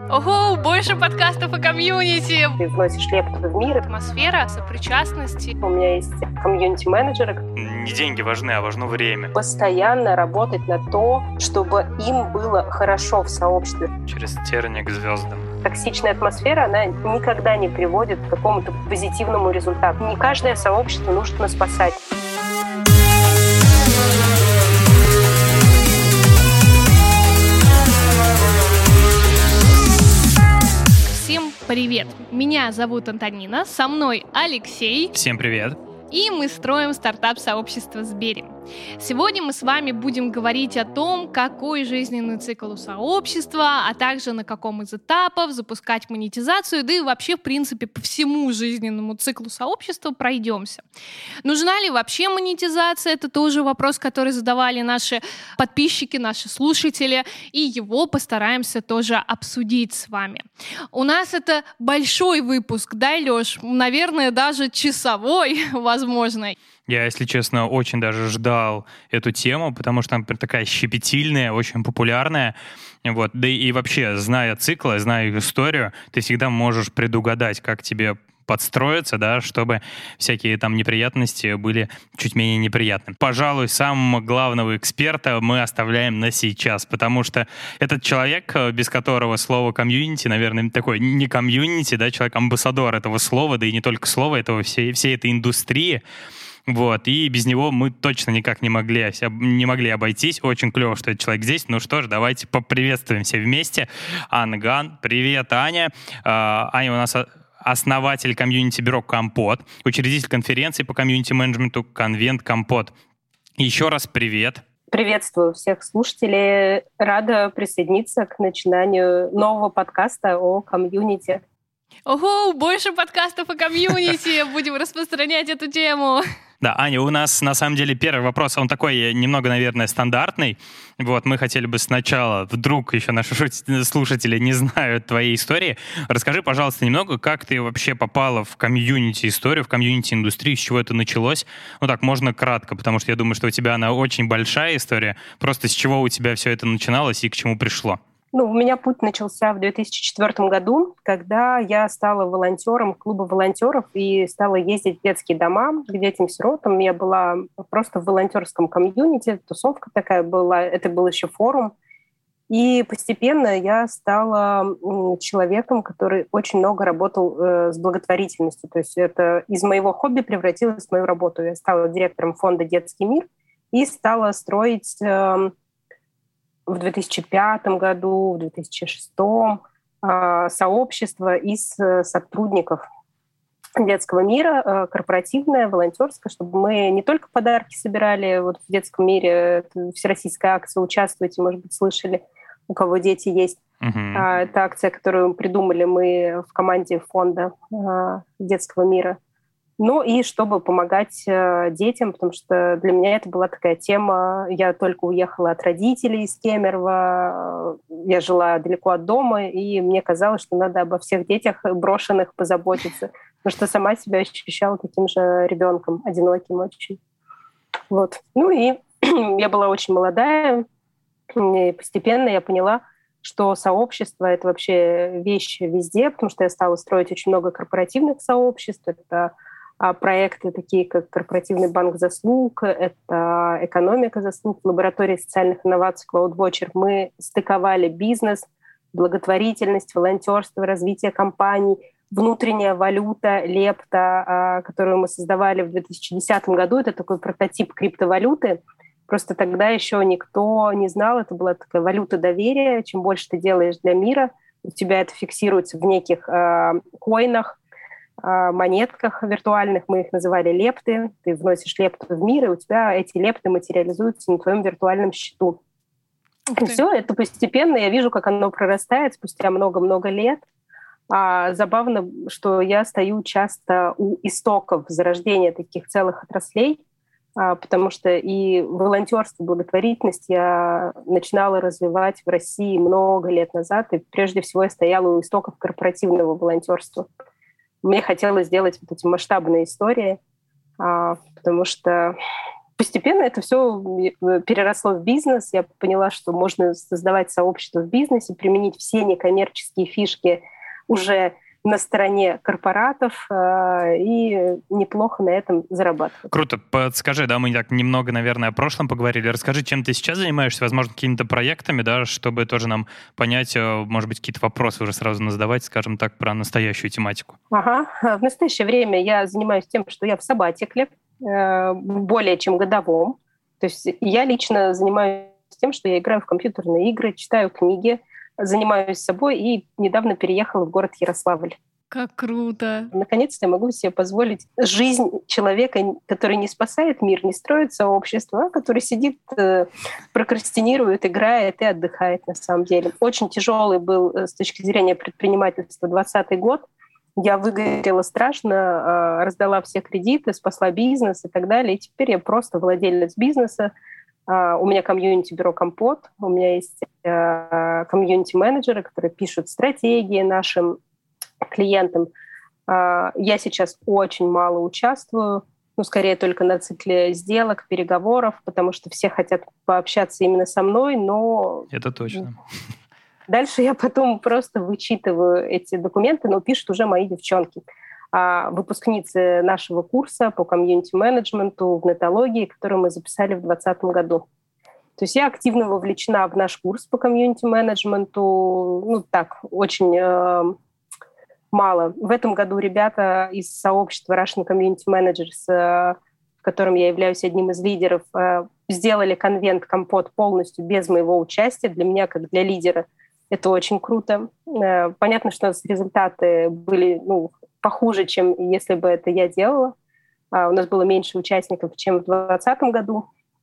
Ого, больше подкастов о комьюнити. Ты вносишь лепту в мир. Атмосфера сопричастности. У меня есть комьюнити-менеджеры. Не деньги важны, а важно время. Постоянно работать на то, чтобы им было хорошо в сообществе. Через тернии к звездам. Токсичная атмосфера, она никогда не приводит к какому-то позитивному результату. Не каждое сообщество нужно спасать. Всем привет! Меня зовут Антонина, со мной Алексей. Всем привет! И мы строим стартап-сообщество Сбери. Сегодня мы с вами будем говорить о том, какой жизненный цикл у сообщества, а также на каком из этапов запускать монетизацию, да и вообще, в принципе, по всему жизненному циклу сообщества пройдемся. Нужна ли вообще монетизация? Это тоже вопрос, который задавали наши подписчики, наши слушатели, и его постараемся тоже обсудить с вами. У нас это большой выпуск, да, Лёш? Наверное, даже часовой, возможно. Я, если честно, очень даже ждал эту тему, потому что она такая щепетильная, очень популярная. Вот. Да и вообще, зная циклы, зная историю, ты всегда можешь предугадать, как тебе подстроиться, да, чтобы всякие там неприятности были чуть менее неприятны. Пожалуй, самого главного эксперта мы оставляем на сейчас, потому что этот человек, без которого слово комьюнити, наверное, такой не комьюнити, да, человек-амбассадор этого слова, да и не только слова, этого всей этой индустрии. Вот, и без него мы точно никак не могли обойтись. Очень клево, что этот человек здесь. Ну что ж, давайте поприветствуем все вместе. Анна Ган. Привет, Аня. Аня у нас основатель комьюнити-бюро «Компот», учредитель конференции по комьюнити-менеджменту «Конвент Компот». Еще раз привет. Приветствую всех слушателей. Рада присоединиться к начинанию нового подкаста о комьюнити. Ого, больше подкастов о комьюнити. Будем распространять эту тему. Да, Аня, у нас на самом деле первый вопрос, он такой немного, наверное, стандартный. Вот, мы хотели бы сначала, вдруг еще наши слушатели не знают твоей истории, расскажи, пожалуйста, немного, как ты вообще попала в комьюнити-историю, в комьюнити-индустрию, с чего это началось? Ну так, можно кратко, потому что я думаю, что у тебя она очень большая история. Просто с чего у тебя все это начиналось и к чему пришло? У меня путь начался в 2004 году, когда я стала волонтером клуба волонтеров и стала ездить в детские дома к детям-сиротам. Я была просто в волонтерском комьюнити, тусовка такая была, это был еще форум. И постепенно я стала человеком, который очень много работал с благотворительностью. То есть это из моего хобби превратилось в мою работу. Я стала директором фонда «Детский мир» и стала строить в 2005 году, в 2006 сообщество из сотрудников детского мира, корпоративное, волонтерское, чтобы мы не только подарки собирали вот в детском мире, это всероссийская акция «Участвуйте», может быть, слышали, у кого дети есть. Это акция, которую придумали мы в команде фонда детского мира. Ну и чтобы помогать детям, потому что для меня это была такая тема. Я только уехала от родителей из Кемерово, я жила далеко от дома, и мне казалось, что надо обо всех детях брошенных позаботиться, потому что сама себя ощущала таким же ребенком, одиноким очень. Вот. Ну и я была очень молодая, и постепенно я поняла, что сообщество — это вообще вещь везде, потому что я стала строить очень много корпоративных сообществ. Это проекты такие, как Корпоративный банк заслуг, это экономика заслуг, лаборатория социальных инноваций CloudWatcher. Мы стыковали бизнес, благотворительность, волонтерство, развитие компаний, внутренняя валюта, лепта, которую мы создавали в 2010 году. Это такой прототип криптовалюты. Просто тогда еще никто не знал. Это была такая валюта доверия. Чем больше ты делаешь для мира, у тебя это фиксируется в неких коинах, монетках виртуальных, мы их называли лепты. Ты вносишь лепту в мир, и у тебя эти лепты материализуются на твоем виртуальном счету. И все, это постепенно, я вижу, как оно прорастает спустя много-много лет. Забавно, что я стою часто у истоков зарождения таких целых отраслей, потому что и волонтерство, благотворительность я начинала развивать в России много лет назад, и прежде всего я стояла у истоков корпоративного волонтерства. Мне хотелось сделать вот эти масштабные истории, потому что постепенно это все переросло в бизнес. Я поняла, что можно создавать сообщество в бизнесе, применить все некоммерческие фишки уже на стороне корпоратов и неплохо на этом зарабатывать. Круто. Подскажи, да, мы так немного, наверное, о прошлом поговорили. Расскажи, чем ты сейчас занимаешься, возможно, какими-то проектами, да, чтобы тоже нам понять, может быть, какие-то вопросы уже сразу задавать, скажем так, про настоящую тематику. Ага. В настоящее время я занимаюсь тем, что я в саббатикле, более чем годовом. То есть я лично занимаюсь тем, что я играю в компьютерные игры, читаю книги, занимаюсь собой и недавно переехала в город Ярославль. Как круто! Наконец-то я могу себе позволить жизнь человека, который не спасает мир, не строит сообщество, а который сидит, прокрастинирует, играет и отдыхает на самом деле. Очень тяжелый был с точки зрения предпринимательства 2020 год. Я выгорела страшно, раздала все кредиты, спасла бизнес и так далее. И теперь я просто владелец бизнеса. У меня комьюнити-бюро «Компот», у меня есть комьюнити-менеджеры, которые пишут стратегии нашим клиентам. Я сейчас очень мало участвую, скорее только на цикле сделок, переговоров, потому что все хотят пообщаться именно со мной, но... Это точно. Дальше я потом просто вычитываю эти документы, но пишут уже мои девчонки. Выпускницы нашего курса по комьюнити-менеджменту в нетологии, который мы записали в 2020 году. То есть я активно вовлечена в наш курс по комьюнити-менеджменту, очень мало. В этом году ребята из сообщества Russian Community Managers, в котором я являюсь одним из лидеров, сделали конвент «Компот» полностью без моего участия. Для меня, как для лидера, это очень круто. Понятно, что результаты были похуже, чем если бы это я делала. У нас было меньше участников, чем в 2020 году.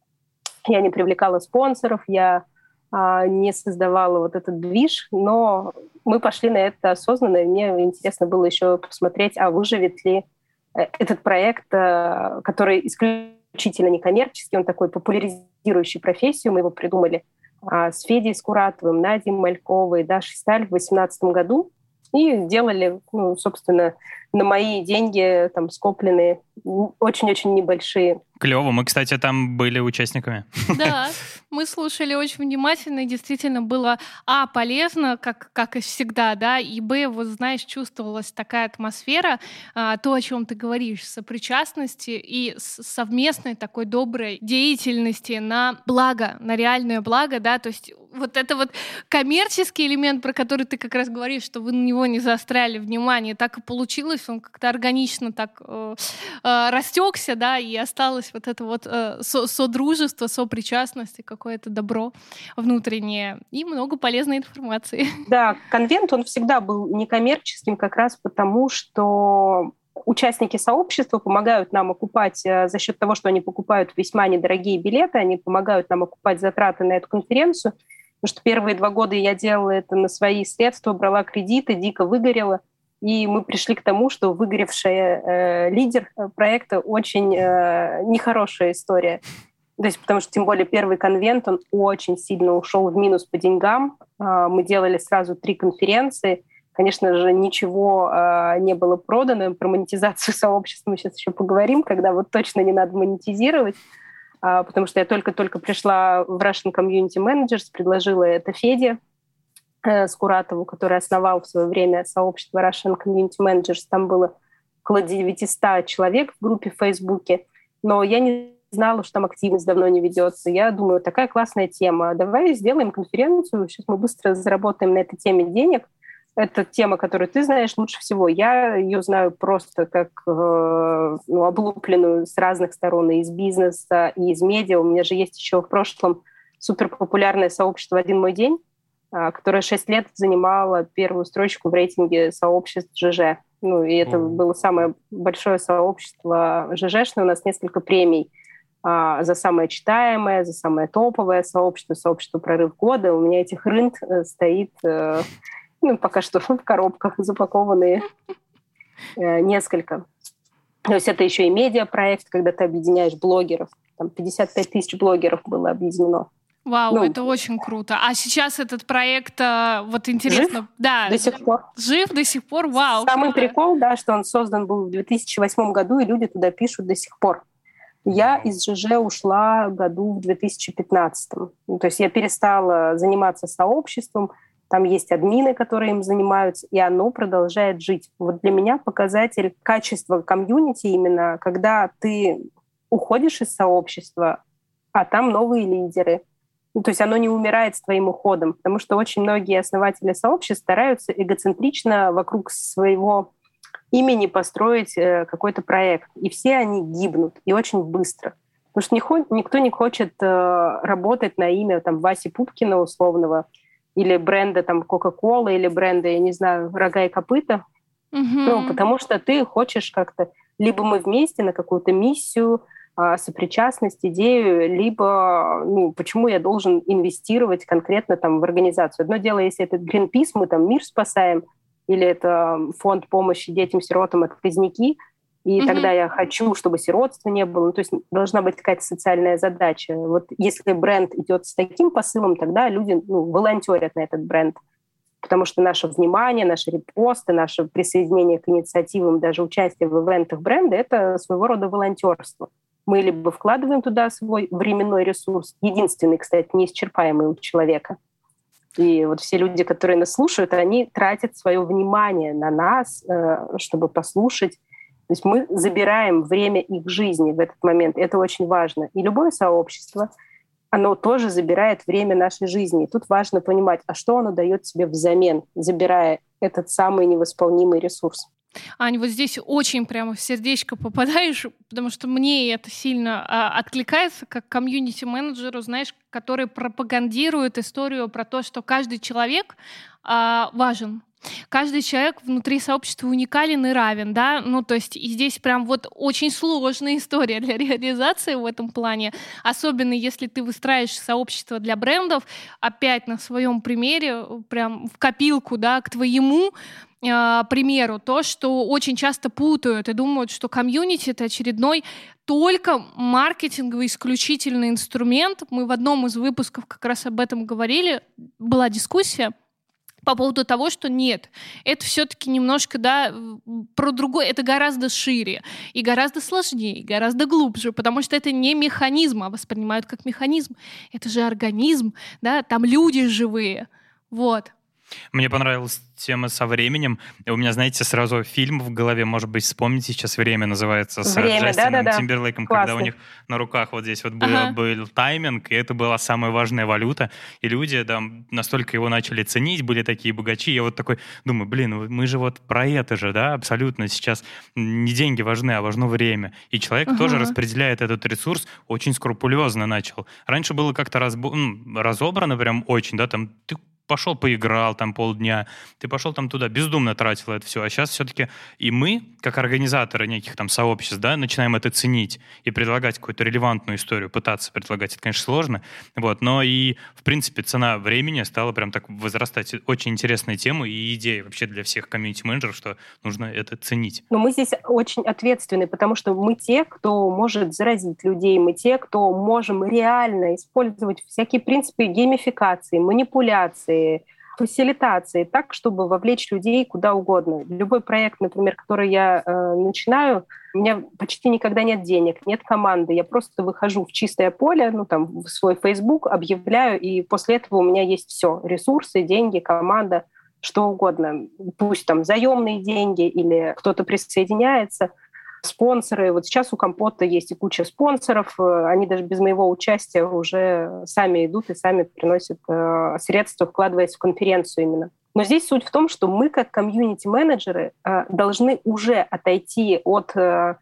Я не привлекала спонсоров, я не создавала вот этот движ, но мы пошли на это осознанно, и мне интересно было еще посмотреть, выживет ли этот проект, который исключительно некоммерческий, он такой популяризирующий профессию, мы его придумали с Федей Скуратовым, Надей Мальковой, Дашей Сталь в 2018 году. И делали, собственно, на мои деньги, скопленные, очень-очень небольшие. Клево. Мы, кстати, там были участниками. Да, мы слушали очень внимательно, и действительно было, полезно, как и всегда, да, и, чувствовалась такая атмосфера, то, о чем ты говоришь, сопричастности и совместной такой доброй деятельности на благо, на реальное благо, да, то есть вот это вот коммерческий элемент, про который ты как раз говоришь, что вы на него не заостряли внимание, так и получилось, он как-то органично так растекся, да, и осталось вот это вот содружество, сопричастность и какое-то добро внутреннее и много полезной информации. Да, конвент, он всегда был некоммерческим как раз потому, что участники сообщества помогают нам окупать за счет того, что они покупают весьма недорогие билеты, они помогают нам окупать затраты на эту конференцию, потому что первые 2 года я делала это на свои средства, брала кредиты, дико выгорела. И мы пришли к тому, что выгоревший лидер проекта очень нехорошая история. То есть, потому что, тем более, первый конвент, он очень сильно ушел в минус по деньгам. Мы делали сразу 3 конференции. Конечно же, ничего не было продано. Про монетизацию сообщества мы сейчас еще поговорим, когда вот точно не надо монетизировать. Потому что я только-только пришла в Russian Community Managers, предложила это Феде Скуратову, который основал в свое время сообщество Russian Community Managers. Там было около 900 человек в группе в Фейсбуке, но я не знала, что там активность давно не ведется. Я думаю, такая классная тема. Давай сделаем конференцию, сейчас мы быстро заработаем на этой теме денег. Это тема, которую ты знаешь лучше всего. Я ее знаю просто как облупленную с разных сторон, и из бизнеса, и из медиа. У меня же есть еще в прошлом суперпопулярное сообщество «Один мой день», которая 6 лет занимала первую строчку в рейтинге сообществ ЖЖ. И это было самое большое сообщество ЖЖшное. У нас несколько премий за самое читаемое, за самое топовое сообщество «Прорыв года». У меня этих рынд стоит, пока что в коробках запакованные несколько. То есть это еще и медиапроект, когда ты объединяешь блогеров. Там 55 тысяч блогеров было объединено. Вау, это очень круто. А сейчас этот проект, вот интересно... Жив? Да, до сих пор. Жив до сих пор, вау. Самый прикол, да, что он создан был в 2008 году, и люди туда пишут до сих пор. Я из ЖЖ ушла году в 2015. Ну, то есть я перестала заниматься сообществом, там есть админы, которые им занимаются, и оно продолжает жить. Вот для меня показатель качества комьюнити именно, когда ты уходишь из сообщества, а там новые лидеры. Ну, то есть оно не умирает с твоим уходом, потому что очень многие основатели сообществ стараются эгоцентрично вокруг своего имени построить какой-то проект. И все они гибнут, и очень быстро. Потому что никто не хочет работать на имя там, Васи Пупкина условного, или бренда там Coca-Cola, или бренда, я не знаю, Рога и Копыта. Ну, потому что ты хочешь как-то... Либо мы вместе на какую-то миссию, сопричастность, идею, либо почему я должен инвестировать конкретно там, в организацию. Одно дело, если это Greenpeace, мы там мир спасаем, или это фонд помощи детям-сиротам, отказники, и тогда я хочу, чтобы сиротства не было. Ну, то есть должна быть какая-то социальная задача. Вот если бренд идет с таким посылом, тогда люди волонтерят на этот бренд. Потому что наше внимание, наши репосты, наше присоединение к инициативам, даже участие в ивентах бренда — это своего рода волонтерство. Мы либо вкладываем туда свой временной ресурс, единственный, кстати, неисчерпаемый у человека. И вот все люди, которые нас слушают, они тратят свое внимание на нас, чтобы послушать. То есть мы забираем время их жизни в этот момент. Это очень важно. И любое сообщество, оно тоже забирает время нашей жизни. И тут важно понимать, а что оно дает тебе взамен, забирая этот самый невосполнимый ресурс. Ань, вот здесь очень прямо в сердечко попадаешь, потому что мне это сильно откликается, как комьюнити-менеджеру, знаешь, который пропагандирует историю про то, что каждый человек важен. Каждый человек внутри сообщества уникален и равен, да, ну, то есть и здесь прям вот очень сложная история для реализации в этом плане, особенно если ты выстраиваешь сообщество для брендов, опять на своем примере, прям в копилку, да, к твоему примеру, то, что очень часто путают и думают, что комьюнити — это очередной только маркетинговый исключительный инструмент. Мы в одном из выпусков как раз об этом говорили, была дискуссия по поводу того, что нет, это все-таки немножко, да, про другое, это гораздо шире, и гораздо сложнее, и гораздо глубже, потому что это не механизм, а воспринимают как механизм. Это же организм, да, там люди живые, вот. Мне понравилась тема со временем. У меня, знаете, сразу фильм в голове, может быть, вспомните, сейчас «Время» называется, с Джастином Тимберлейком, когда у них на руках вот здесь вот был тайминг, и это была самая важная валюта, и люди там настолько его начали ценить, были такие богачи. Я вот такой думаю, мы же вот про это же, да, абсолютно сейчас не деньги важны, а важно время. И человек тоже распределяет этот ресурс, очень скрупулезно начал. Раньше было как-то разобрано прям очень, да, там ты пошел поиграл там полдня, ты пошел там туда, бездумно тратил это все. А сейчас все-таки и мы, как организаторы неких там сообществ, да, начинаем это ценить и предлагать какую-то релевантную историю, пытаться предлагать. Это, конечно, сложно, вот, но и, в принципе, цена времени стала прям так возрастать. Очень интересная тема и идея вообще для всех комьюнити-менеджеров, что нужно это ценить. Но мы здесь очень ответственны, потому что мы те, кто может заразить людей, мы те, кто можем реально использовать всякие принципы геймификации, манипуляции, фасилитации, так, чтобы вовлечь людей куда угодно. Любой проект, например, который я начинаю, у меня почти никогда нет денег, нет команды. Я просто выхожу в чистое поле, в свой Facebook, объявляю, и после этого у меня есть все: ресурсы, деньги, команда, что угодно. Пусть там заемные деньги или кто-то присоединяется. Спонсоры. Вот сейчас у Компота есть и куча спонсоров. Они даже без моего участия уже сами идут и сами приносят средства, вкладываясь в конференцию именно. Но здесь суть в том, что мы, как комьюнити-менеджеры, должны уже отойти от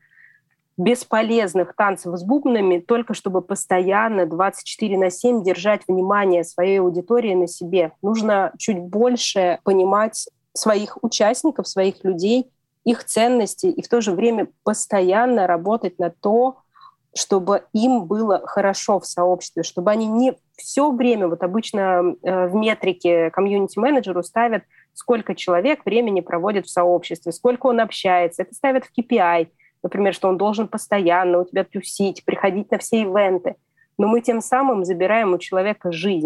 бесполезных танцев с бубнами, только чтобы постоянно 24/7 держать внимание своей аудитории на себе. Нужно чуть больше понимать своих участников, своих людей, их ценности, и в то же время постоянно работать на то, чтобы им было хорошо в сообществе, чтобы они не все время, вот обычно в метрике комьюнити-менеджеру ставят, сколько человек времени проводит в сообществе, сколько он общается. Это ставят в KPI, например, что он должен постоянно у тебя тусить, приходить на все ивенты. Но мы тем самым забираем у человека жизнь.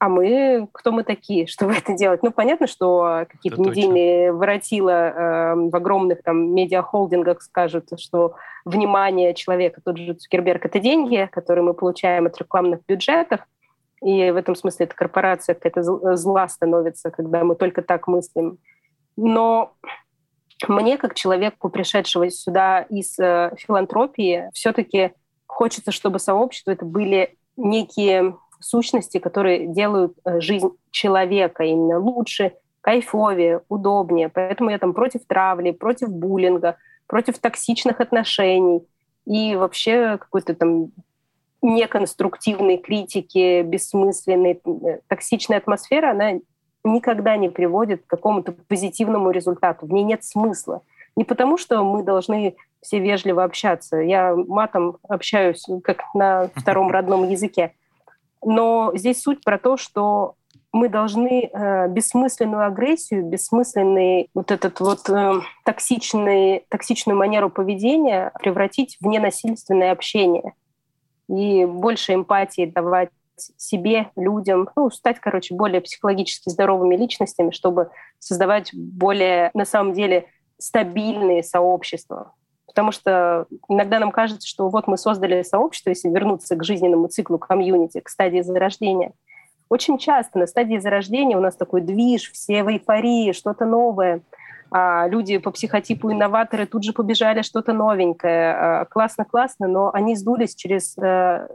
А мы, кто мы такие, чтобы это делать? Ну, понятно, что какие-то медийные воротила в огромных там медиахолдингах скажут, что внимание человека, тот же Цукерберг, это деньги, которые мы получаем от рекламных бюджетов. И в этом смысле эта корпорация какая-то зла становится, когда мы только так мыслим. Но мне, как человеку, пришедшего сюда из филантропии, все-таки хочется, чтобы сообщества это были некие сущности, которые делают жизнь человека именно лучше, кайфовее, удобнее. Поэтому я там против травли, против буллинга, против токсичных отношений и вообще какой-то там неконструктивной критики, бессмысленной, токсичная атмосфера, она никогда не приводит к какому-то позитивному результату. В ней нет смысла. Не потому, что мы должны все вежливо общаться. Я матом общаюсь как на втором родном языке. Но здесь суть про то, что мы должны бессмысленную агрессию, бессмысленный вот этот вот токсичную манеру поведения превратить в ненасильственное общение. И больше эмпатии давать себе, людям, стать, более психологически здоровыми личностями, чтобы создавать более, на самом деле, стабильные сообщества. Потому что иногда нам кажется, что вот мы создали сообщество, если вернуться к жизненному циклу, к комьюнити, к стадии зарождения. Очень часто на стадии зарождения у нас такой движ, все в эйфории, что-то новое. А люди по психотипу инноваторы тут же побежали что-то новенькое. Классно-классно, но они сдулись через 2-3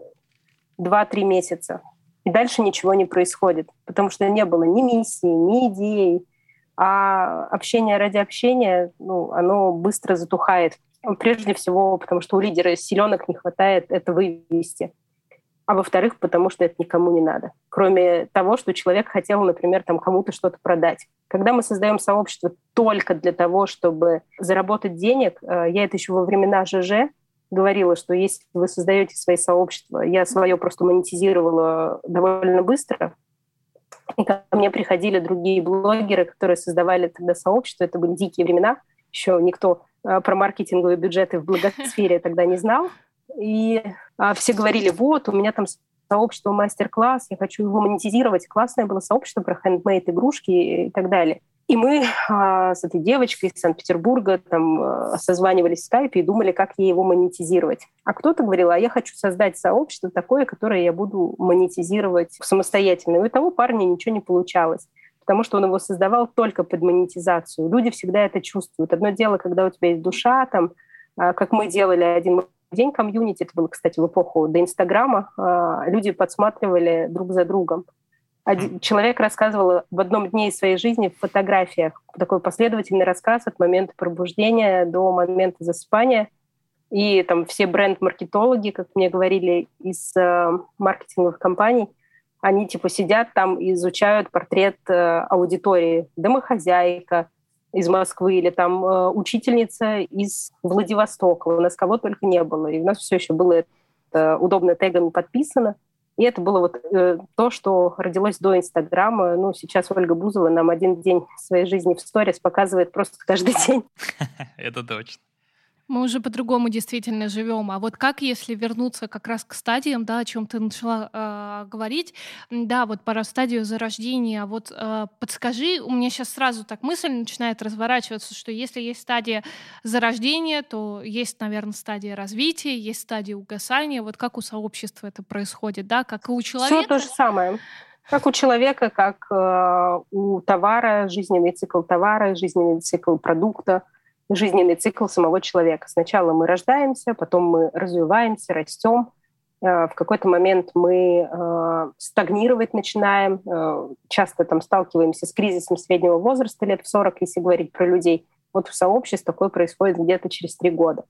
месяца. И дальше ничего не происходит, потому что не было ни миссии, ни идей. А общение ради общения, оно быстро затухает. Прежде всего, потому что у лидера силенок не хватает это вывести. А во-вторых, потому что это никому не надо. Кроме того, что человек хотел, например, кому-то что-то продать. Когда мы создаем сообщество только для того, чтобы заработать денег, я это еще во времена ЖЖ говорила, что если вы создаете свои сообщества, я свое просто монетизировала довольно быстро, и ко мне приходили другие блогеры, которые создавали тогда сообщество, это были дикие времена, еще никто про маркетинговые бюджеты в благосфере тогда не знал. И все говорили, вот, у меня там сообщество мастер-класс, я хочу его монетизировать. Классное было сообщество про хендмейд, игрушки и так далее. И мы с этой девочкой из Санкт-Петербурга созванивались в скайпе и думали, как ей его монетизировать. А кто-то говорил, а я хочу создать сообщество такое, которое я буду монетизировать самостоятельно. И у того парня ничего не получалось, потому что он его создавал только под монетизацию. Люди всегда это чувствуют. Одно дело, когда у тебя есть душа, как мы делали один день комьюнити, это было, кстати, в эпоху до Инстаграма, люди подсматривали друг за другом. Человек рассказывал в одном дне из своей жизни в фотографиях. Такой последовательный рассказ от момента пробуждения до момента засыпания. И все бренд-маркетологи, как мне говорили, из маркетинговых компаний, они сидят там и изучают портрет аудитории. Домохозяйка из Москвы или учительница из Владивостока. У нас кого только не было. И у нас все еще было это удобно тегами подписано. И это было то, что родилось до Инстаграма. Сейчас Ольга Бузова нам один день своей жизни в сторис показывает просто каждый день. Это точно. Мы уже по-другому действительно живем. А вот как, если вернуться как раз к стадиям, о чем ты начала говорить, про стадию зарождения, подскажи, у меня сейчас сразу так мысль начинает разворачиваться, что если есть стадия зарождения, то есть, наверное, стадия развития, есть стадия угасания. Вот как у сообщества это происходит, как и у человека? Все то же самое. Как у человека, как у товара, жизненный цикл товара, жизненный цикл продукта, жизненный цикл самого человека. Сначала мы рождаемся, потом мы развиваемся, растем. В какой-то момент мы стагнировать начинаем. Часто сталкиваемся с кризисом среднего возраста, лет в 40, если говорить про людей. Вот в сообществе такое происходит где-то через 3 года.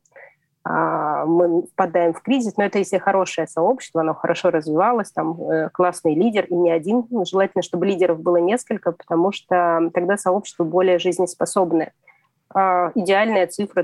Мы впадаем в кризис, но это если хорошее сообщество, оно хорошо развивалось, классный лидер и не один. Желательно, чтобы лидеров было несколько, потому что тогда сообщество более жизнеспособное. Идеальная цифра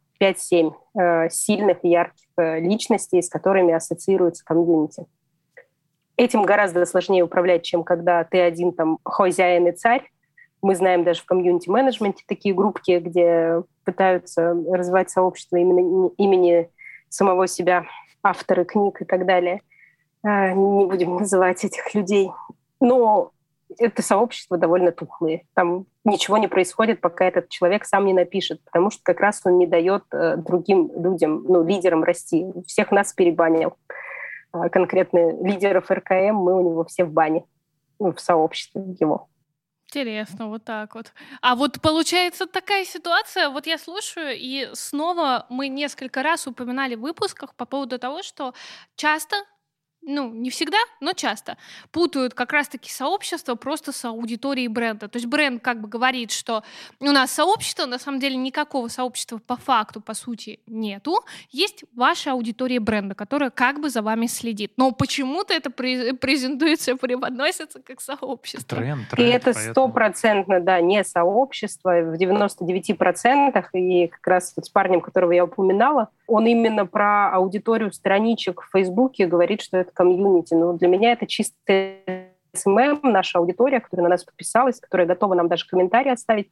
5-7 сильных и ярких личностей, с которыми ассоциируется комьюнити. Этим гораздо сложнее управлять, чем когда ты один хозяин и царь. Мы знаем даже в комьюнити-менеджменте такие группки, где пытаются развивать сообщество имени самого себя, авторы книг и так далее. Не будем называть этих людей. Но это сообщество довольно тухлые. Там ничего не происходит, пока этот человек сам не напишет, потому что как раз он не дает другим людям, лидерам расти. Всех нас перебанил. Конкретно лидеров РКМ мы у него все в бане, в сообществе его. Интересно, вот так вот. А вот получается такая ситуация, вот я слушаю, и снова мы несколько раз упоминали в выпусках по поводу того, что часто, не всегда, но часто путают как раз-таки сообщество просто с аудиторией бренда. То есть бренд как бы говорит, что у нас сообщество, на самом деле никакого сообщества по факту, по сути, нету. Есть ваша аудитория бренда, которая как бы за вами следит. Но почему-то это презентуется, преподносится как сообщество. Тренд, и это стопроцентно, не сообщество, в 99%. И как раз вот с парнем, которого я упоминала, он именно про аудиторию страничек в Фейсбуке говорит, что это комьюнити. Но для меня это чисто СММ, наша аудитория, которая на нас подписалась, которая готова нам даже комментарии оставить.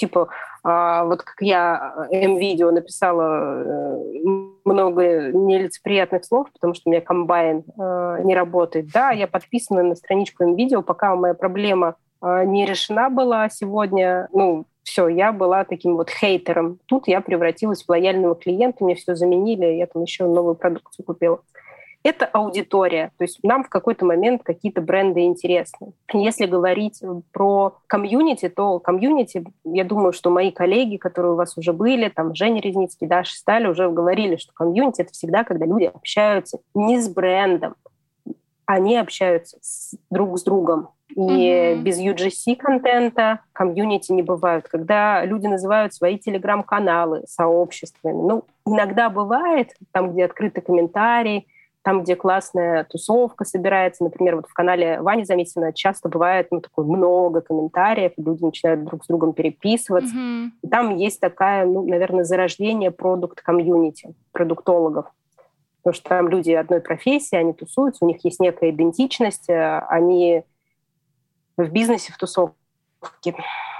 Вот как я М-видео написала много нелицеприятных слов, потому что у меня комбайн не работает. Да, я подписана на страничку М-видео, пока моя проблема не решена была сегодня. Все, я была таким вот хейтером. Тут я превратилась в лояльного клиента, мне все заменили, я там еще новую продукцию купила. Это аудитория. То есть нам в какой-то момент какие-то бренды интересны. Если говорить про комьюнити, то комьюнити, я думаю, что мои коллеги, которые у вас уже были, там Женя Резницкий, Даша Сталь, уже говорили, что комьюнити — это всегда, когда люди общаются не с брендом, они общаются друг с другом. И без UGC-контента комьюнити не бывают. Когда люди называют свои телеграм-каналы сообществами, иногда бывает, там, где открыты комментарии, там, где классная тусовка собирается. Например, вот в канале Вани Замесина часто бывает много комментариев, люди начинают друг с другом переписываться. И там есть такая, наверное, зарождение продукт-комьюнити, продуктологов. Потому что там люди одной профессии, они тусуются, у них есть некая идентичность, они в бизнесе, в тусовке.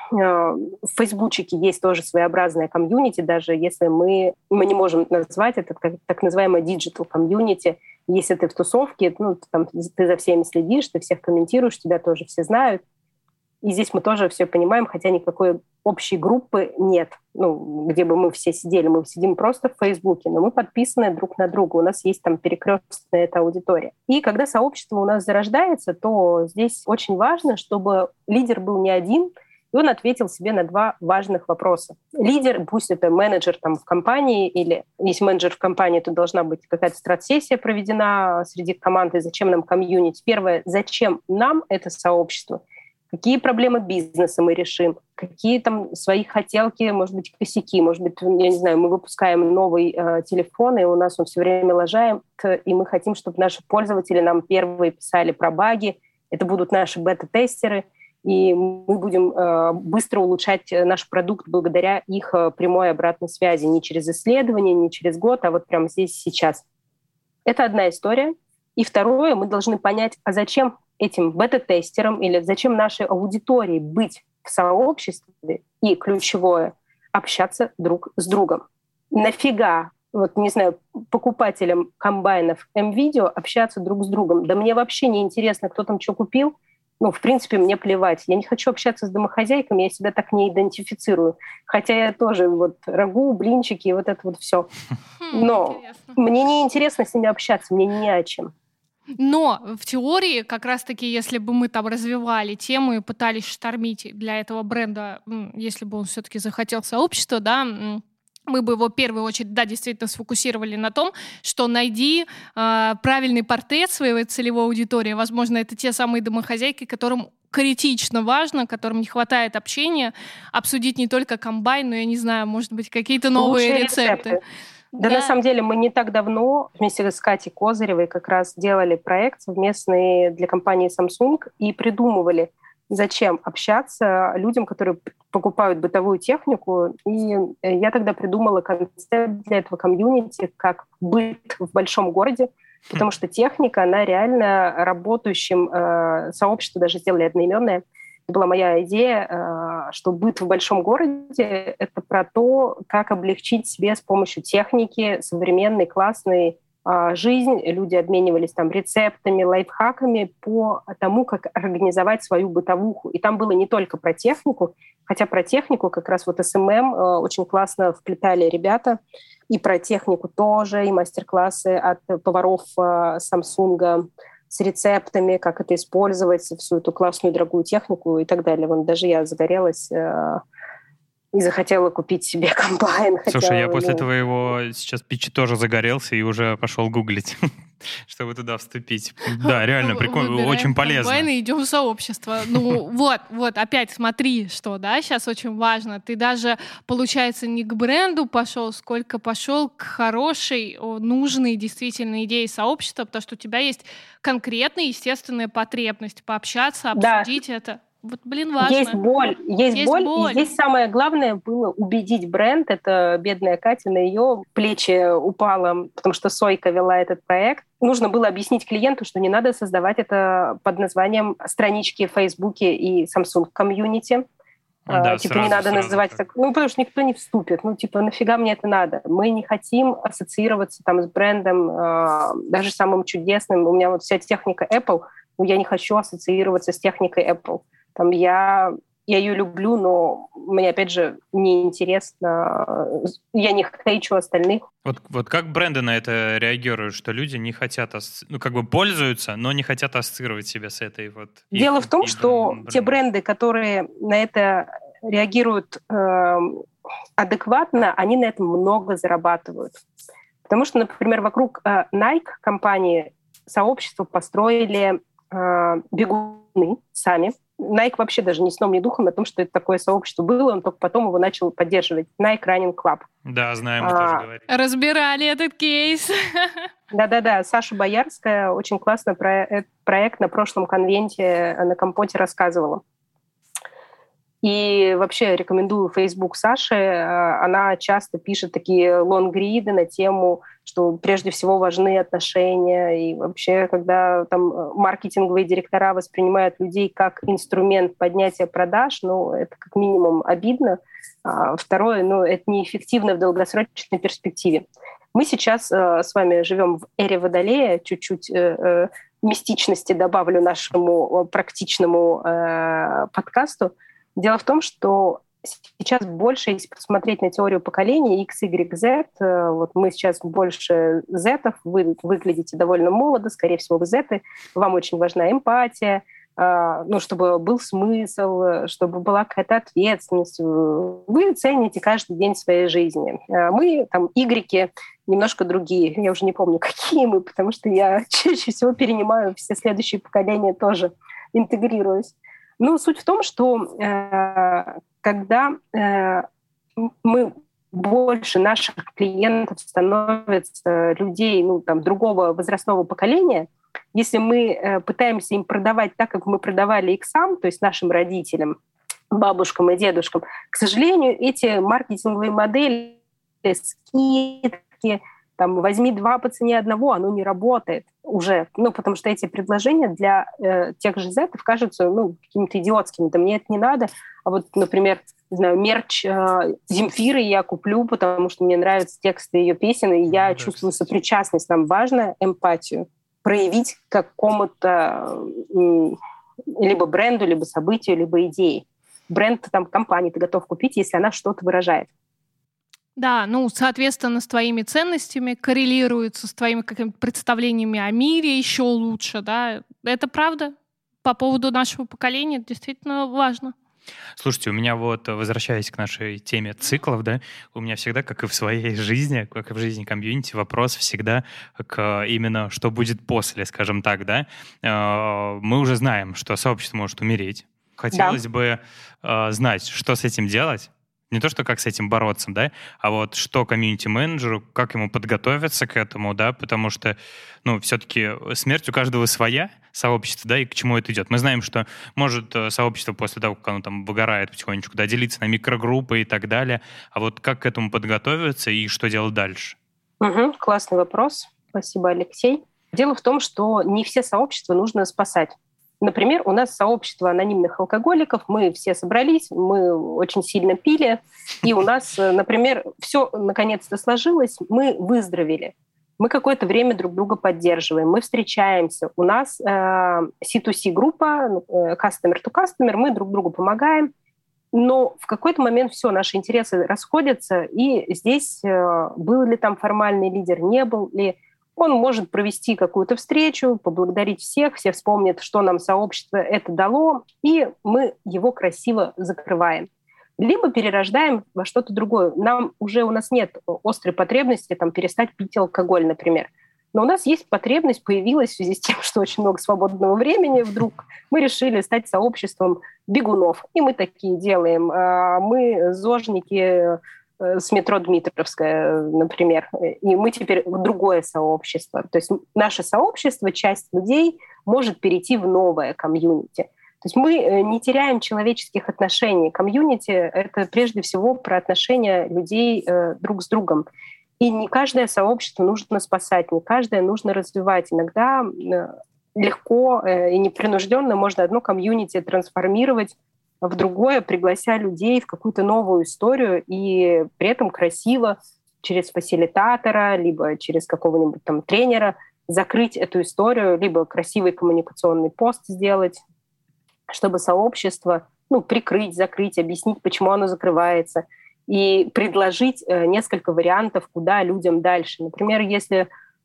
В фейсбучике есть тоже своеобразное комьюнити, даже если мы не можем назвать это так называемое digital комьюнити. Если ты в тусовке, ты за всеми следишь, ты всех комментируешь, тебя тоже все знают. И здесь мы тоже все понимаем, хотя никакой общей группы нет, где бы мы все сидели. Мы сидим просто в Фейсбуке, но мы подписаны друг на друга. У нас есть там перекрестная эта аудитория. И когда сообщество у нас зарождается, то здесь очень важно, чтобы лидер был не один, и он ответил себе на два важных вопроса. Лидер, пусть это менеджер в компании, или если менеджер в компании, то должна быть какая-то стратсессия проведена среди команды, зачем нам комьюнити. Первое, зачем нам это сообщество? Какие проблемы бизнеса мы решим? Какие там свои хотелки, может быть, косяки? Может быть, я не знаю, мы выпускаем новый телефон, и у нас он все время лажает, и мы хотим, чтобы наши пользователи нам первые писали про баги. Это будут наши бета-тестеры, и мы будем быстро улучшать наш продукт благодаря их прямой обратной связи. Не через исследование, не через год, а вот прямо здесь сейчас. Это одна история. И второе, мы должны понять, а зачем этим бета-тестерам или зачем нашей аудитории быть в сообществе и, ключевое, общаться друг с другом. Нафига, покупателям комбайнов М-видео общаться друг с другом? Да мне вообще не интересно, кто там что купил. В принципе, мне плевать. Я не хочу общаться с домохозяйками, я себя так не идентифицирую. Хотя я тоже рагу, блинчики и это все. Но мне не интересно с ними общаться, мне не о чем. Но в теории, как раз-таки, если бы мы там развивали тему и пытались штормить для этого бренда, если бы он все-таки захотел сообщество, мы бы его в первую очередь, действительно сфокусировали на том, что найди правильный портрет своей целевой аудитории. Возможно, это те самые домохозяйки, которым критично важно, которым не хватает общения, обсудить не только комбайн, но, я не знаю, может быть, какие-то новые рецепты. Да, на самом деле мы не так давно вместе с Катей Козыревой как раз делали проект совместный для компании Samsung и придумывали, зачем общаться людям, которые покупают бытовую технику. И я тогда придумала концепт для этого комьюнити как быт в большом городе, потому что техника, она реально работающим сообществу, даже сделали одноименное. Это была моя идея, что быт в большом городе — это про то, как облегчить себе с помощью техники современной, классной, жизнь, люди обменивались там рецептами, лайфхаками по тому, как организовать свою бытовуху. И там было не только про технику, хотя про технику как раз вот СММ очень классно вплетали ребята, и про технику тоже, и мастер-классы от поваров Samsung с рецептами, как это использовать, всю эту классную дорогую технику и так далее. Вон даже я загорелась и захотела купить себе комбайн. Слушай, я после твоего сейчас питча тоже загорелся и уже пошел гуглить, чтобы туда вступить. Да, реально прикольно, очень полезно. Комбайн и идем в сообщество. Ну вот, опять смотри, что, да, сейчас очень важно. Ты даже, получается, не к бренду пошел, сколько пошел к хорошей, нужной действительно идее сообщества, потому что у тебя есть конкретная, естественная потребность пообщаться, обсудить это. Вот, важно. Есть боль. И здесь самое главное было убедить бренд. Это бедная Катя, на ее плечи упала, потому что Сойка вела этот проект. Нужно было объяснить клиенту, что не надо создавать это под названием странички в Фейсбуке и Samsung комьюнити. Да, не надо называть так. Потому что никто не вступит. Нафига мне это надо? Мы не хотим ассоциироваться там с брендом, даже самым чудесным. У меня вот вся техника Apple, но я не хочу ассоциироваться с техникой Apple. Там я ее люблю, но мне, опять же, неинтересно. Я не хейчу остальных. Вот как бренды на это реагируют, что люди не хотят, пользуются, но не хотят ассоциировать себя с этой вот... Дело в том, что те бренды, которые на это реагируют адекватно, они на этом много зарабатывают. Потому что, например, вокруг Nike компании сообщество построили бегуны сами. Nike вообще даже ни сном, ни духом о том, что это такое сообщество было, он только потом его начал поддерживать. Nike Running Club. Да, знаем, мы тоже говорили. Разбирали этот кейс. Да-да-да, Саша Боярская очень классно про этот проект на прошлом конвенте на Компоте рассказывала. И вообще рекомендую Facebook Саши. Она часто пишет такие лонгриды на тему, что прежде всего важны отношения. И вообще, когда там маркетинговые директора воспринимают людей как инструмент поднятия продаж, это как минимум обидно. Второе, это неэффективно в долгосрочной перспективе. Мы сейчас с вами живем в эре Водолея, чуть-чуть мистичности добавлю нашему практичному подкасту. Дело в том, что сейчас больше, если посмотреть на теорию поколений X, Y, Z, вот мы сейчас больше Z-ов, вы выглядите довольно молодо, скорее всего, вы Z-ы, вам очень важна эмпатия, чтобы был смысл, чтобы была какая-то ответственность. Вы цените каждый день своей жизни. Мы, Y, немножко другие. Я уже не помню, какие мы, потому что я чаще всего перенимаю все следующие поколения тоже, интегрируюсь. Суть в том, что когда мы больше наших клиентов становятся людей другого возрастного поколения, если мы пытаемся им продавать так, как мы продавали иксам, то есть нашим родителям, бабушкам и дедушкам, к сожалению, эти маркетинговые модели, скидки, возьми 2 по цене 1, оно не работает уже. Потому что эти предложения для тех же зетов кажутся какими-то идиотскими. Да мне это не надо. А вот, например, не знаю, мерч Земфиры я куплю, потому что мне нравятся тексты ее песен, и я чувствую сопричастность. Нам важно эмпатию проявить к какому-то либо бренду, либо событию, либо идее. Бренд компании ты готов купить, если она что-то выражает. Да, соответственно, с твоими ценностями коррелируется, с твоими какими-то представлениями о мире еще лучше, да. Это правда. По поводу нашего поколения это действительно важно. Слушайте, у меня возвращаясь к нашей теме циклов, да, у меня всегда, как и в своей жизни, как и в жизни комьюнити, вопрос всегда к именно, что будет после, скажем так, да. Мы уже знаем, что сообщество может умереть. Хотелось бы знать, что с этим делать. Не то, что как с этим бороться, да, а вот что комьюнити-менеджеру, как ему подготовиться к этому, да, потому что, все-таки смерть у каждого своя, сообщество, да, и к чему это идет. Мы знаем, что может сообщество после того, как оно выгорает потихонечку, да, делиться на микрогруппы и так далее, а вот как к этому подготовиться и что делать дальше? Классный вопрос. Спасибо, Алексей. Дело в том, что не все сообщества нужно спасать. Например, у нас сообщество анонимных алкоголиков, мы все собрались, мы очень сильно пили, и у нас, например, все наконец-то сложилось, мы выздоровели. мы какое-то время друг друга поддерживаем, мы встречаемся, у нас C2C-группа, customer to customer, мы друг другу помогаем, но в какой-то момент все, наши интересы расходятся, и здесь был ли там формальный лидер, не был ли, он может провести какую-то встречу, поблагодарить всех, все вспомнят, что нам сообщество это дало, и мы его красиво закрываем. Либо перерождаем во что-то другое. У нас нет острой потребности там, перестать пить алкоголь, например. Но у нас есть потребность, появилась в связи с тем, что очень много свободного времени вдруг. Мы решили стать сообществом бегунов. И мы такие делаем. Мы зожники с метро Дмитровская, например. И мы теперь другое сообщество. То есть наше сообщество, часть людей может перейти в новое комьюнити. То есть мы не теряем человеческих отношений. Комьюнити — это прежде всего про отношения людей друг с другом. И не каждое сообщество нужно спасать, не каждое нужно развивать. Иногда легко и непринужденно можно одно комьюнити трансформировать в другое, приглася людей в какую-то новую историю, и при этом красиво через фасилитатора, либо через какого-нибудь там тренера закрыть эту историю, либо красивый коммуникационный пост сделать, чтобы сообщество прикрыть, закрыть, объяснить, почему оно закрывается, и предложить несколько вариантов, куда людям дальше. Например, если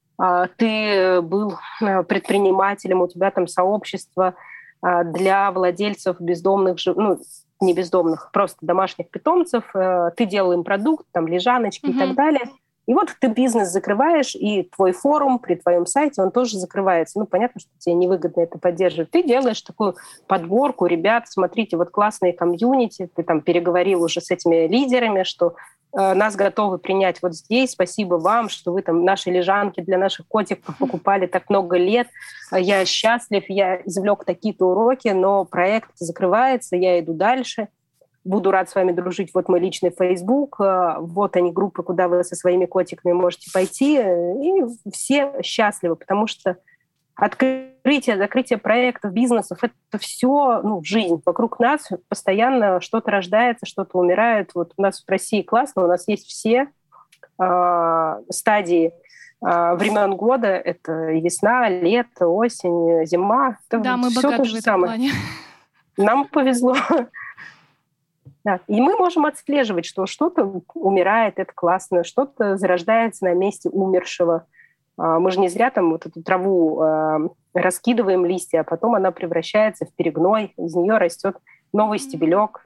ты был предпринимателем, у тебя там сообщество для владельцев бездомных, не бездомных, просто домашних питомцев, ты делал им продукт, там лежаночки и так далее. И вот ты бизнес закрываешь, и твой форум при твоем сайте, он тоже закрывается. Понятно, что тебе невыгодно это поддерживать. Ты делаешь такую подборку, ребят, смотрите, вот классные комьюнити, ты там переговорил уже с этими лидерами, что нас готовы принять вот здесь, спасибо вам, что вы там наши лежанки для наших котиков покупали так много лет. Я счастлив, я извлек такие-то уроки, но проект закрывается, я иду дальше. Буду рад с вами дружить. Вот мой личный Facebook, вот они группы, куда вы со своими котиками можете пойти. И все счастливы, потому что открытие, закрытие проектов, бизнесов — это все жизнь. Вокруг нас постоянно что-то рождается, что-то умирает. Вот у нас в России классно, у нас есть все стадии времен года. Это и весна, лето, осень, зима. Это да, мы богаты в этом плане. Нам повезло. Да. И мы можем отслеживать, что что-то умирает, это классно, что-то зарождается на месте умершего. Мы же не зря там вот эту траву раскидываем, листья, а потом она превращается в перегной, из нее растет новый стебелек.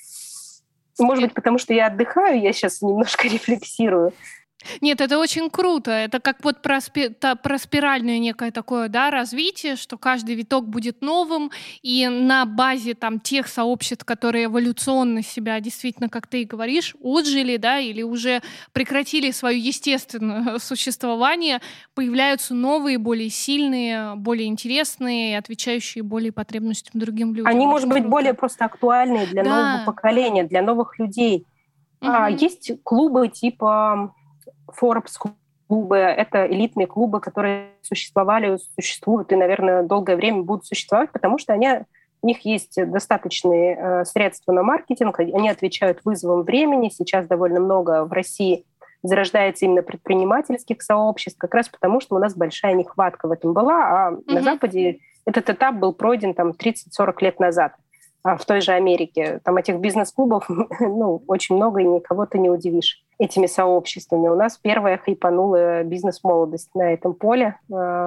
Может быть, потому что я отдыхаю, я сейчас немножко рефлексирую. Нет, это очень круто. Это как вот про спиральное некое такое, да, развитие, что каждый виток будет новым, и на базе там тех сообществ, которые эволюционно себя действительно, как ты и говоришь, отжили, да, или уже прекратили свое естественное существование, появляются новые, более сильные, более интересные, отвечающие более потребностям другим людям. Они, может быть, более просто актуальные для нового поколения, для новых людей. Есть клубы типа Forbes клубы, это элитные клубы, которые существуют и, наверное, долгое время будут существовать, потому что у них есть достаточные средства на маркетинг, они отвечают вызовам времени. Сейчас довольно много в России зарождается именно предпринимательских сообществ, как раз потому, что у нас большая нехватка в этом была, а на Западе этот этап был пройден там 30-40 лет назад. В той же Америке. Там этих бизнес-клубов очень много, и никого ты не удивишь этими сообществами. У нас первая хайпанула бизнес-молодость на этом поле.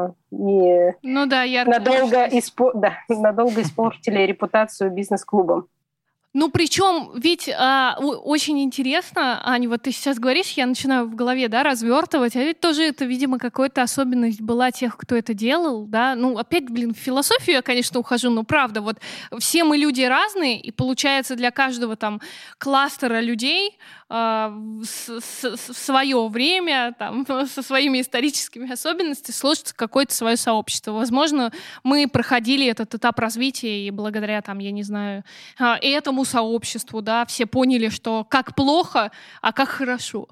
И надолго испортили репутацию бизнес-клубом. Причем ведь очень интересно, Аня, вот ты сейчас говоришь, я начинаю в голове, да, развертывать, а ведь тоже это, видимо, какая-то особенность была тех, кто это делал, да, опять, в философию я, конечно, ухожу, но правда, вот все мы люди разные, и получается для каждого там кластера людей в свое время, там, со своими историческими особенностями сложится какое-то свое сообщество. Возможно, мы проходили этот этап развития, и благодаря, там, я не знаю, этому сообществу, да, все поняли, что как плохо, а как хорошо.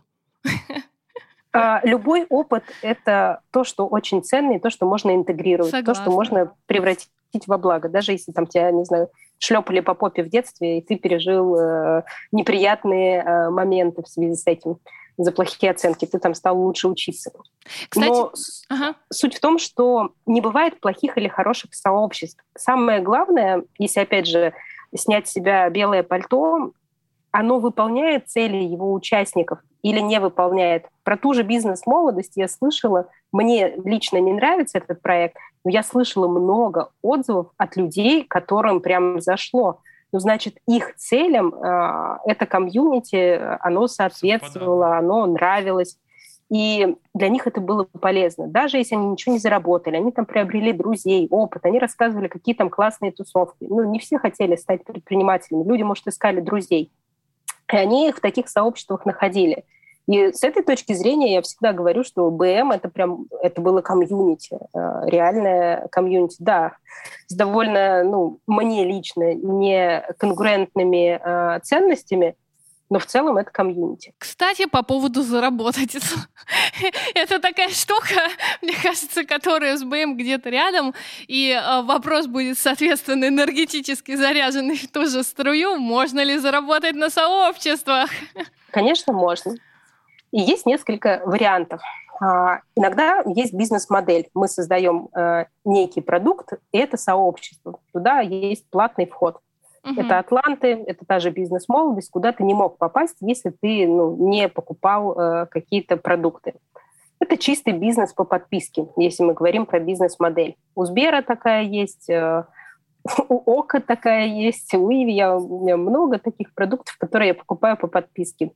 Любой опыт — это то, что очень ценно, и то, что можно интегрировать, то, что можно превратить во благо. Даже если там тебя, не знаю, шлепали по попе в детстве, и ты пережил неприятные моменты в связи с этим. за плохие оценки, ты там стал лучше учиться. Кстати, Но суть в том, что не бывает плохих или хороших сообществ. Самое главное, если, опять же, снять с себя белое пальто, оно выполняет цели его участников или не выполняет. Про ту же бизнес-молодость я слышала, мне лично не нравится этот проект, но я слышала много отзывов от людей, которым прям зашло. Ну, значит, их целям это комьюнити, оно соответствовало, оно нравилось. И для них это было полезно. Даже если они ничего не заработали, они там приобрели друзей, опыт, они рассказывали, какие там классные тусовки. Ну, не все хотели стать предпринимателями. Люди, может, искали друзей. И они их в таких сообществах находили. И с этой точки зрения я всегда говорю, что БМ это было комьюнити, реальное комьюнити, да, с довольно, мне лично, не конкурентными ценностями, но в целом это комьюнити. Кстати, по поводу заработать. Это такая штука, мне кажется, которая с БМ где-то рядом, и вопрос будет, соответственно, энергетически заряженный в ту же струю. Можно ли заработать на сообществах? Конечно, можно. И есть несколько вариантов. Иногда есть бизнес-модель. Мы создаем некий продукт, и это сообщество. Туда есть платный вход. Это Атланты, это та же бизнес-молодость, куда ты не мог попасть, если ты не покупал какие-то продукты. Это чистый бизнес по подписке, если мы говорим про бизнес-модель. У Сбера такая есть, у Ока такая есть, у Иви у меня много таких продуктов, которые я покупаю по подписке.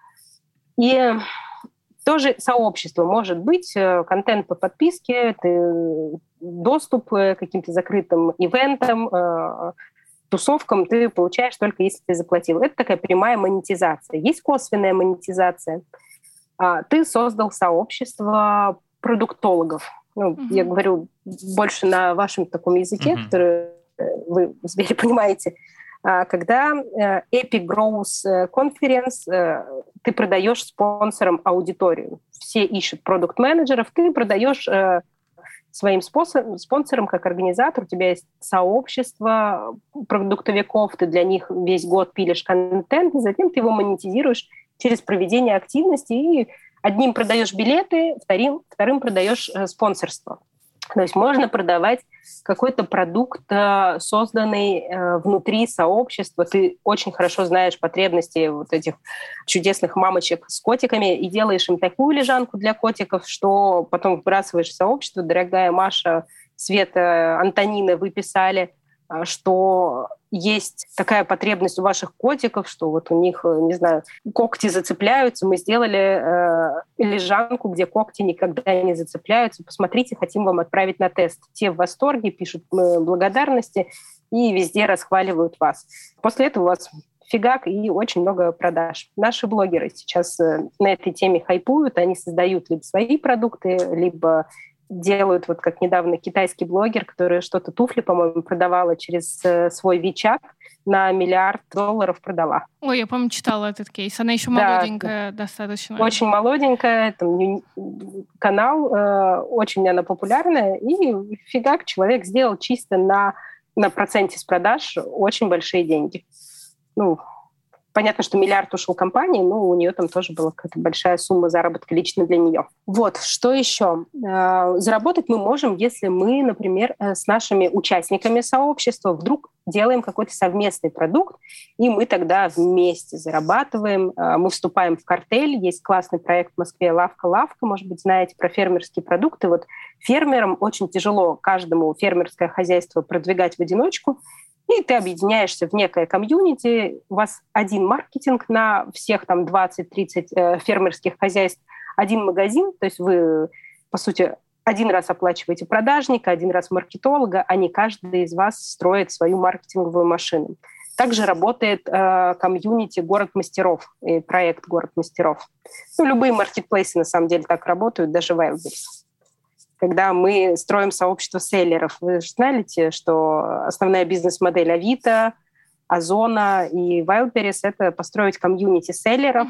И тоже сообщество может быть, контент по подписке, доступ к каким-то закрытым ивентам, тусовкам ты получаешь только если ты заплатил. Это такая прямая монетизация. Есть косвенная монетизация. Ты создал сообщество продуктологов. Я говорю больше на вашем таком языке, который вы в Сбере понимаете. Когда Epic Growth Conference, ты продаешь спонсорам аудиторию. Все ищут продукт-менеджеров, ты продаешь своим спонсорам как организатор. У тебя есть сообщество продуктовиков, ты для них весь год пилишь контент, и затем ты его монетизируешь через проведение активностей. И одним продаешь билеты, вторым продаешь спонсорство. То есть можно продавать какой-то продукт, созданный внутри сообщества. Ты очень хорошо знаешь потребности вот этих чудесных мамочек с котиками и делаешь им такую лежанку для котиков, что потом выбрасываешь в сообщество. Дорогая Маша, Света, Антонина, вы писали, что есть такая потребность у ваших котиков, что вот у них, не знаю, когти зацепляются. Мы сделали лежанку, где когти никогда не зацепляются. Посмотрите, хотим вам отправить на тест. Те в восторге, пишут благодарности и везде расхваливают вас. После этого у вас фигак и очень много продаж. Наши блогеры сейчас на этой теме хайпуют. Они создают либо свои продукты, либо делают, вот как недавно китайский блогер, который что-то туфли, по-моему, продавала через свой WeChat, на $1 миллиард продала. Ой, я, по-моему, читала этот кейс. Она еще молоденькая достаточно. Очень молоденькая. Там, канал, очень она популярная. И фигак человек сделал чисто на проценте с продаж очень большие деньги. Понятно, что $1 миллиард ушел компании, но у нее там тоже была какая-то большая сумма заработка лично для нее. Вот, что еще? Заработать мы можем, если мы, например, с нашими участниками сообщества вдруг делаем какой-то совместный продукт, и мы тогда вместе зарабатываем, мы вступаем в картель. Есть классный проект в Москве «Лавка-лавка», может быть, знаете, про фермерские продукты. Вот фермерам очень тяжело каждому фермерское хозяйство продвигать в одиночку, и ты объединяешься в некое комьюнити, у вас один маркетинг на всех там 20-30 фермерских хозяйств, один магазин, то есть вы, по сути, один раз оплачиваете продажника, один раз маркетолога, а не каждый из вас строит свою маркетинговую машину. Также работает комьюнити «Город мастеров», и проект «Город мастеров». Любые маркетплейсы на самом деле так работают, даже Wildberries. Когда мы строим сообщество селлеров. Вы же знаете, что основная бизнес-модель Авито, Озона и Wildberries — это построить комьюнити селлеров.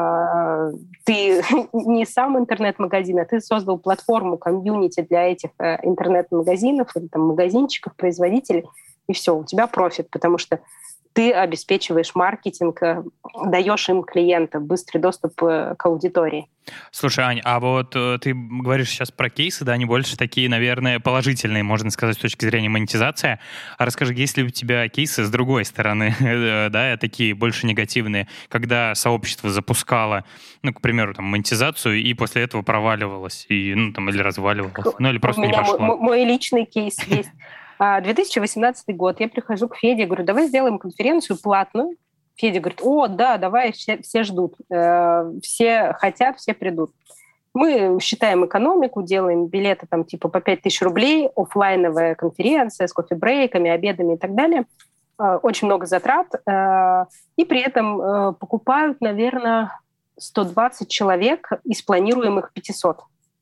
Ты не сам интернет-магазин, а ты создал платформу комьюнити для этих интернет-магазинов или там магазинчиков, производителей, и все, у тебя профит, потому что ты обеспечиваешь маркетинг, даешь им клиента, быстрый доступ к аудитории. Слушай, Ань, а вот ты говоришь сейчас про кейсы, да, они больше такие, наверное, положительные, можно сказать, с точки зрения монетизации. А расскажи, есть ли у тебя кейсы с другой стороны, да, такие больше негативные, когда сообщество запускало, ну, к примеру, там, монетизацию, и после этого проваливалось, и, ну, там, или разваливалось, ну, или просто не пошло? Мой личный кейс есть. 2018 год. Я прихожу к Феде, говорю, давай сделаем конференцию платную. Федя говорит, о, да, давай, все ждут. Все хотят, все придут. Мы считаем экономику, делаем билеты там типа по 5000 рублей, офлайновая конференция с кофе-брейками, обедами и так далее. Очень много затрат. И при этом покупают, наверное, 120 человек из планируемых 500.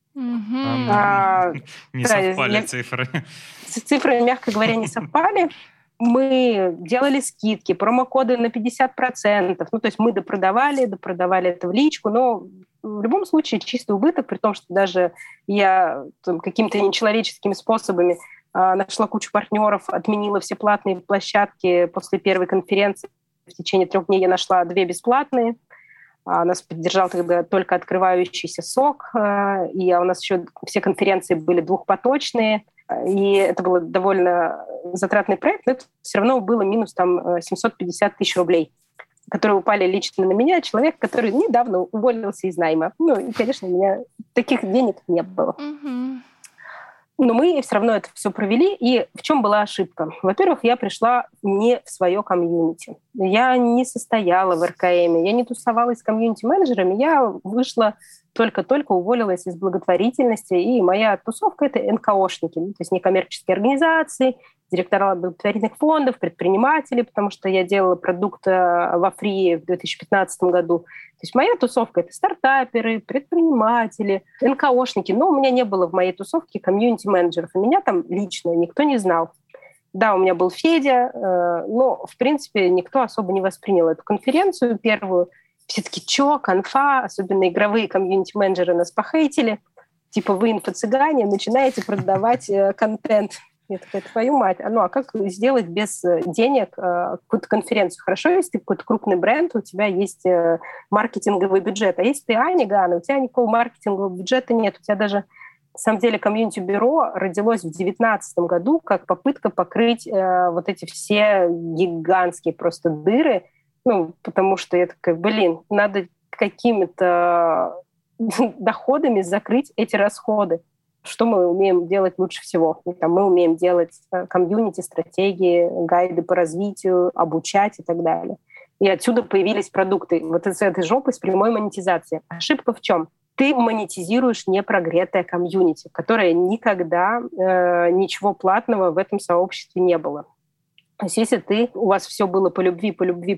Не совпали цифры. Цифры, мягко говоря, не совпали. Мы делали скидки, промокоды на 50%. Ну, то есть мы допродавали это в личку, но в любом случае чистый убыток, при том, что даже я там, какими-то нечеловеческими способами нашла кучу партнеров, отменила все платные площадки после первой конференции. В течение 3 дней я нашла 2 бесплатные. Нас поддержал тогда только открывающийся сок, и у нас еще все конференции были двухпоточные, и это был довольно затратный проект, но это все равно было минус там 750 тысяч рублей, которые упали лично на меня, человек, который недавно уволился из найма. Ну, и, конечно, у меня таких денег не было. Но мы все равно это все провели. И в чем была ошибка? Во-первых, я пришла не в свое комьюнити. Я не состояла в РКМ, я не тусовалась с комьюнити-менеджерами. Я вышла только-только, уволилась из благотворительности. И моя тусовка — это НКОшники, то есть некоммерческие организации, директора благотворительных фондов, предприниматели, потому что я делала продукт во Фри в 2015 году. То есть моя тусовка — это стартаперы, предприниматели, НКОшники. Но у меня не было в моей тусовке комьюнити-менеджеров, и меня там лично никто не знал. Да, у меня был Федя, но, в принципе, никто особо не воспринял эту конференцию первую. Все-таки чё, конфа, особенно игровые комьюнити-менеджеры нас похейтили. Типа вы инфо-цыгане, начинаете продавать контент. Я такая, твою мать, а как сделать без денег какую-то конференцию? Хорошо, если ты какой-то крупный бренд, у тебя есть маркетинговый бюджет. А если ты Аня Гана, у тебя никакого маркетингового бюджета нет. У тебя даже, на самом деле, комьюнити-бюро родилось в 2019 году как попытка покрыть вот эти все гигантские просто дыры, потому что я такая, надо какими-то доходами закрыть эти расходы. Что мы умеем делать лучше всего? Мы умеем делать комьюнити, стратегии, гайды по развитию, обучать и так далее. И отсюда появились продукты. Вот из этой жопы с прямой монетизацией. Ошибка в чем? Ты монетизируешь непрогретое комьюнити, которое никогда ничего платного в этом сообществе не было. То есть если у вас все было по любви,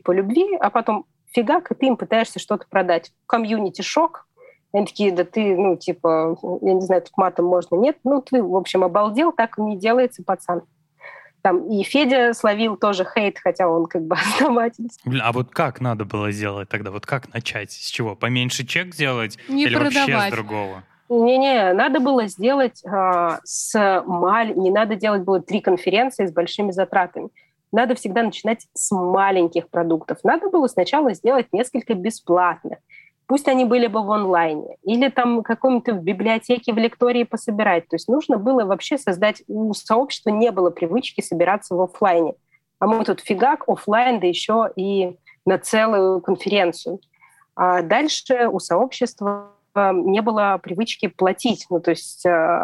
а потом фигак, и ты им пытаешься что-то продать. Комьюнити шок. Они такие, да ты, я не знаю, тут матом можно, нет. Ты, в общем, обалдел, так не делается, пацан. Там и Федя словил тоже хейт, хотя он как бы основатель. А вот как надо было сделать тогда? Вот как начать? С чего? Поменьше чек сделать? Не или продавать. Вообще с другого? Не-не, надо было сделать не надо делать было 3 конференции с большими затратами. Надо всегда начинать с маленьких продуктов. Надо было сначала сделать несколько бесплатных. Пусть они были бы в онлайне, или там каком-то в библиотеке в лектории пособирать. То есть нужно было вообще создать... У сообщества не было привычки собираться в офлайне. А мы тут фигак, офлайн, да еще и на целую конференцию. А дальше у сообщества не было привычки платить. То есть...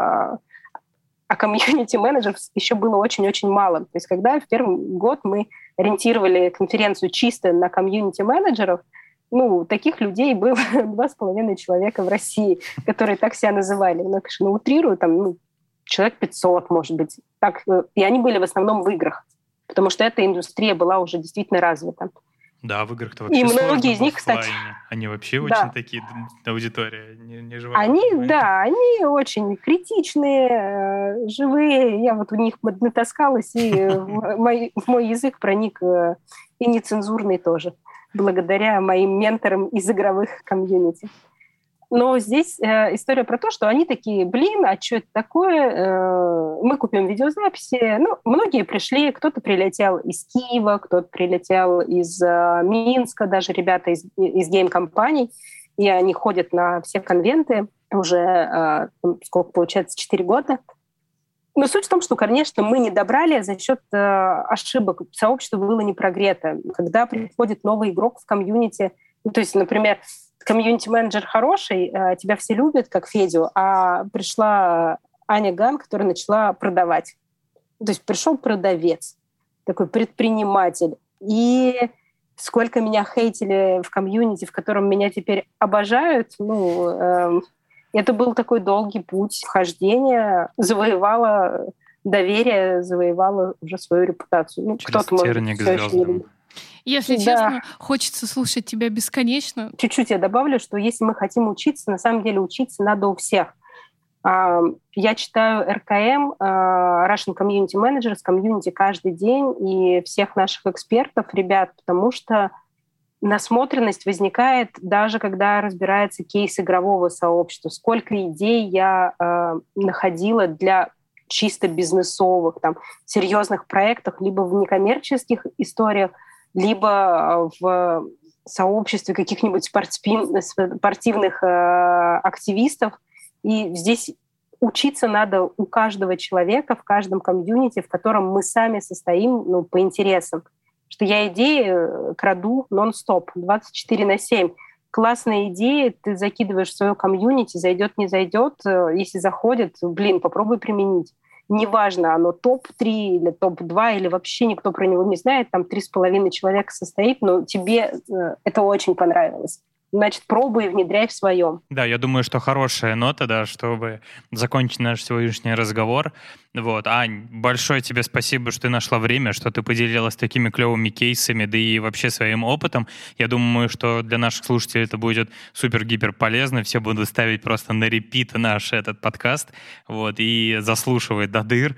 А комьюнити-менеджеров еще было очень-очень мало. То есть когда в первый год мы ориентировали конференцию чисто на комьюнити-менеджеров, таких людей было 2,5 человека в России, которые так себя называли. Конечно, утрирую, человек 500, может быть. Так, и они были в основном в играх, потому что эта индустрия была уже действительно развита. Да, в играх-то вообще и сложно многие из них, в офлайне. Кстати... Они вообще очень такие, аудитория не живая. Они очень критичные, живые. Я у них натаскалась, и в мой язык проник и нецензурный тоже, благодаря моим менторам из игровых комьюнити. Но здесь история про то, что они такие, блин, а что это такое? Мы купим видеозаписи. Ну, многие пришли, кто-то прилетел из Киева, кто-то прилетел из Минска, даже ребята из гейм-компаний, и они ходят на все конвенты уже, сколько получается, 4 года. Но суть в том, что, конечно, мы не добрали за счет ошибок. Сообщество было не прогрето. Когда приходит новый игрок в комьюнити, то есть, например, комьюнити-менеджер хороший, тебя все любят, как Федю, а пришла Аня Ган, которая начала продавать. То есть пришел продавец, такой предприниматель. И сколько меня хейтили в комьюнити, в котором меня теперь обожают, это был такой долгий путь вхождения, завоевала доверие, завоевала уже свою репутацию. Кто-то, может быть, все еще не любит. Если честно, хочется слушать тебя бесконечно. Чуть-чуть я добавлю, что если мы хотим учиться, на самом деле учиться надо у всех. Я читаю РКМ, Russian Community Managers, комьюнити каждый день, и всех наших экспертов, ребят, потому что насмотренность возникает даже когда разбирается кейс игрового сообщества. Сколько идей я находила для чисто бизнесовых, серьезных проектов, либо в некоммерческих историях, либо в сообществе каких-нибудь спортивных активистов. И здесь учиться надо у каждого человека, в каждом комьюнити, в котором мы сами состоим по интересам. Что я идеи краду нон-стоп, 24/7. Классные идеи ты закидываешь в свое комьюнити, зайдет, не зайдет. Если заходит, попробуй применить. Неважно, оно топ-3 или топ-2, или вообще никто про него не знает, там 3,5 человека состоит, но тебе это очень понравилось. Значит, пробуй и внедряй в своем. Да, я думаю, что хорошая нота, да, чтобы закончить наш сегодняшний разговор. Ань, большое тебе спасибо, что ты нашла время, что ты поделилась такими клевыми кейсами, да и вообще своим опытом. Я думаю, что для наших слушателей это будет супер-гипер полезно. Все будут ставить просто на репит наш этот подкаст, и заслушивать до дыр.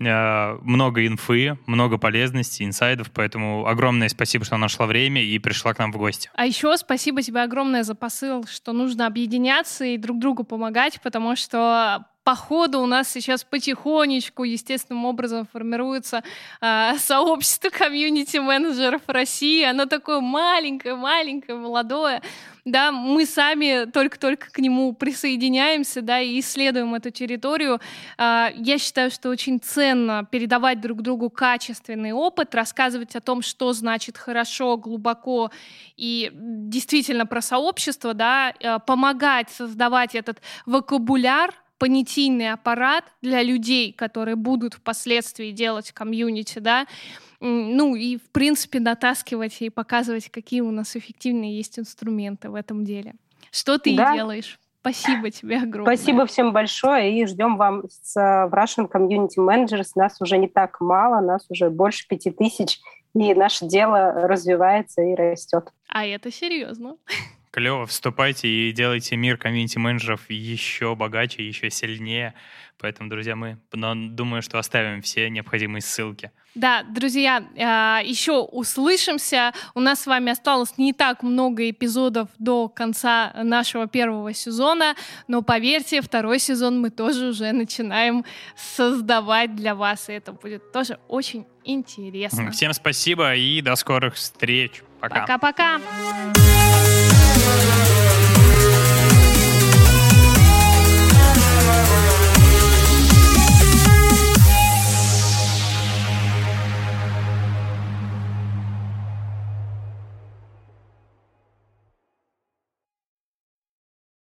Много инфы, много полезностей, инсайдов, поэтому огромное спасибо, что нашла время и пришла к нам в гости. А еще спасибо тебе огромное за посыл, что нужно объединяться и друг другу помогать, потому что по ходу у нас сейчас потихонечку, естественным образом формируется сообщество комьюнити-менеджеров России. Оно такое маленькое, молодое. Да, мы сами только-только к нему присоединяемся, да, и исследуем эту территорию. Я считаю, что очень ценно передавать друг другу качественный опыт, рассказывать о том, что значит хорошо, глубоко и действительно про сообщество, да, помогать создавать этот вокабуляр, понятийный аппарат для людей, которые будут впоследствии делать комьюнити, да, и, в принципе, натаскивать и показывать, какие у нас эффективные есть инструменты в этом деле. Что ты делаешь? Спасибо тебе огромное. Спасибо всем большое, и ждем вам в Russian Community Managers. Нас уже не так мало, нас уже больше 5000, и наше дело развивается и растет. А это серьезно. Клево, вступайте и делайте мир комьюнити-менеджеров еще богаче, еще сильнее. Поэтому, друзья, мы, думаю, что оставим все необходимые ссылки. Да, друзья, еще услышимся. У нас с вами осталось не так много эпизодов до конца нашего первого сезона, но поверьте, второй сезон мы тоже уже начинаем создавать для вас, и это будет тоже очень интересно. Всем спасибо и до скорых встреч. Пока. Пока-пока.